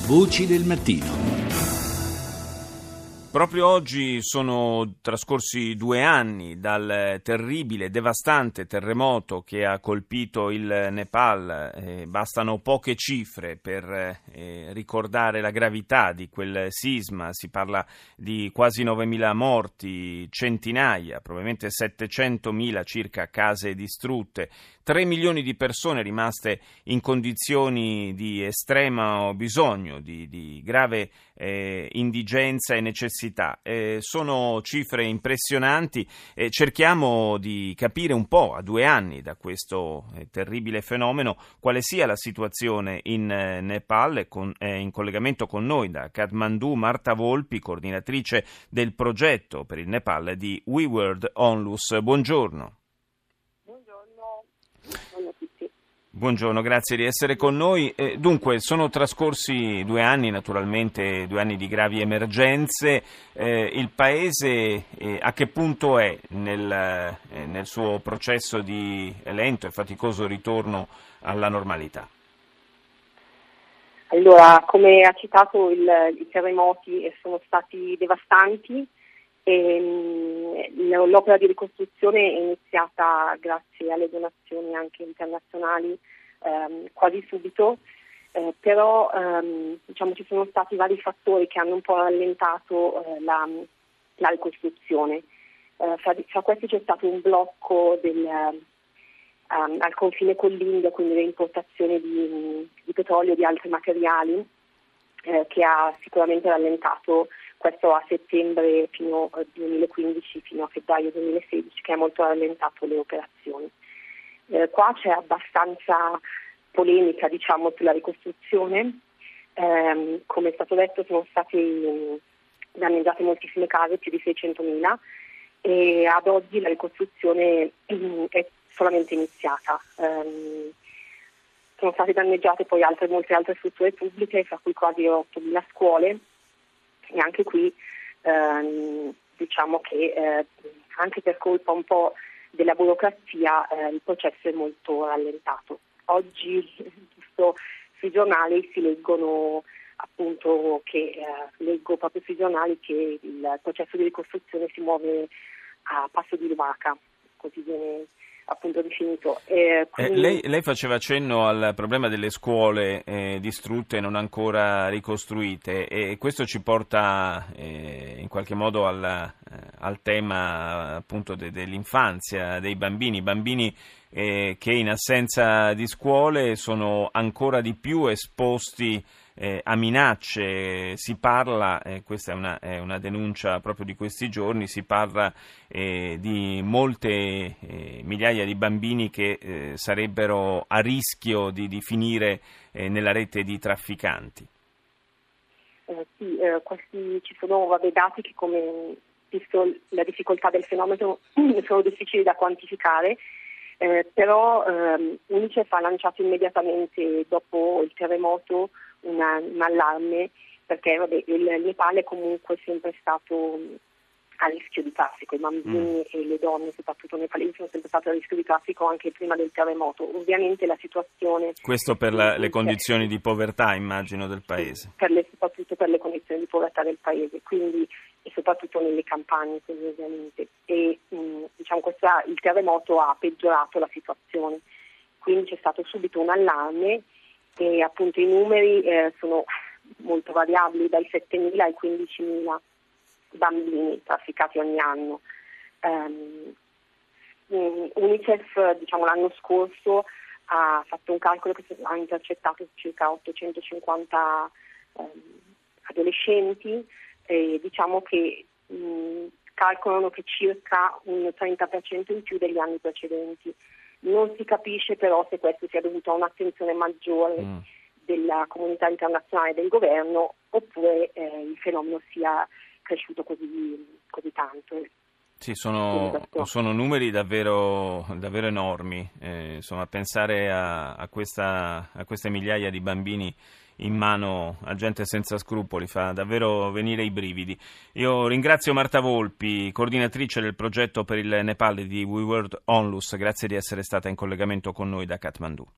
Voci del mattino. Proprio oggi sono trascorsi 2 anni dal terribile, devastante terremoto che ha colpito il Nepal. Bastano poche cifre per ricordare la gravità di quel sisma. Si parla di quasi 9.000 morti, centinaia, probabilmente 700.000 circa case distrutte, 3 milioni di persone rimaste in condizioni di estremo bisogno, di grave indigenza e necessità. Sono cifre impressionanti. Cerchiamo di capire un po', a 2 anni da questo terribile fenomeno, quale sia la situazione in Nepal. In collegamento con noi da Kathmandu Marta Volpi, coordinatrice del progetto per il Nepal di We World Onlus. Buongiorno. Buongiorno a tutti. Buongiorno, grazie di essere con noi. Dunque, sono trascorsi 2 anni, naturalmente 2 anni di gravi emergenze. Il Paese a che punto è nel suo processo di lento e faticoso ritorno alla normalità? Allora, come ha citato, i terremoti sono stati devastanti. L'opera di ricostruzione è iniziata grazie alle donazioni anche internazionali quasi subito, però ci sono stati vari fattori che hanno un po' rallentato la ricostruzione. Fra questi c'è stato un blocco al confine con l'India, quindi le importazioni di petrolio e di altri materiali, che ha sicuramente rallentato questo a settembre 2015 fino a febbraio 2016, che ha molto rallentato le operazioni. Qua c'è abbastanza polemica, sulla ricostruzione. Come è stato detto, sono state danneggiate moltissime case, più di 600.000, e ad oggi la ricostruzione è solamente iniziata. Sono state danneggiate poi molte altre strutture pubbliche, fra cui quasi 8.000 scuole, e anche qui che anche per colpa un po' della burocrazia il processo è molto rallentato. Oggi giusto sui giornali si leggono appunto leggo proprio sui giornali che il processo di ricostruzione si muove a passo di lumaca, così viene appunto definito. Lei faceva cenno al problema delle scuole distrutte e non ancora ricostruite, e questo ci porta in qualche modo al tema appunto dell'infanzia, dei bambini che in assenza di scuole sono ancora di più esposti a minacce. Si parla, questa è una denuncia proprio di questi giorni, si parla di molte migliaia di bambini che sarebbero a rischio di finire nella rete di trafficanti. Questi ci sono dati che, come visto la difficoltà del fenomeno, sono difficili da quantificare. Però UNICEF ha lanciato immediatamente dopo il terremoto un allarme, perché il Nepal è comunque sempre stato a rischio di traffico. I bambini e le donne, soprattutto nepalesi, sono sempre stati a rischio di traffico anche prima del terremoto. Ovviamente la situazione... Questo per le condizioni di povertà, immagino, del paese. Soprattutto per le condizioni di povertà del paese, quindi, e soprattutto nelle campagne, quindi, ovviamente. E il terremoto ha peggiorato la situazione, quindi c'è stato subito un allarme, e appunto i numeri sono molto variabili, dai 7.000 ai 15.000 bambini trafficati ogni anno. UNICEF l'anno scorso ha fatto un calcolo che ha intercettato circa 850 adolescenti, e che calcolano che circa un 30% in più degli anni precedenti. Non si capisce però se questo sia dovuto a un'attenzione maggiore della comunità internazionale e del governo, oppure il fenomeno sia cresciuto così tanto. Sì, sono numeri davvero enormi. Pensare a queste migliaia di bambini in mano a gente senza scrupoli fa davvero venire i brividi. Io ringrazio Marta Volpi, coordinatrice del progetto per il Nepal di We World Onlus. Grazie di essere stata in collegamento con noi da Kathmandu.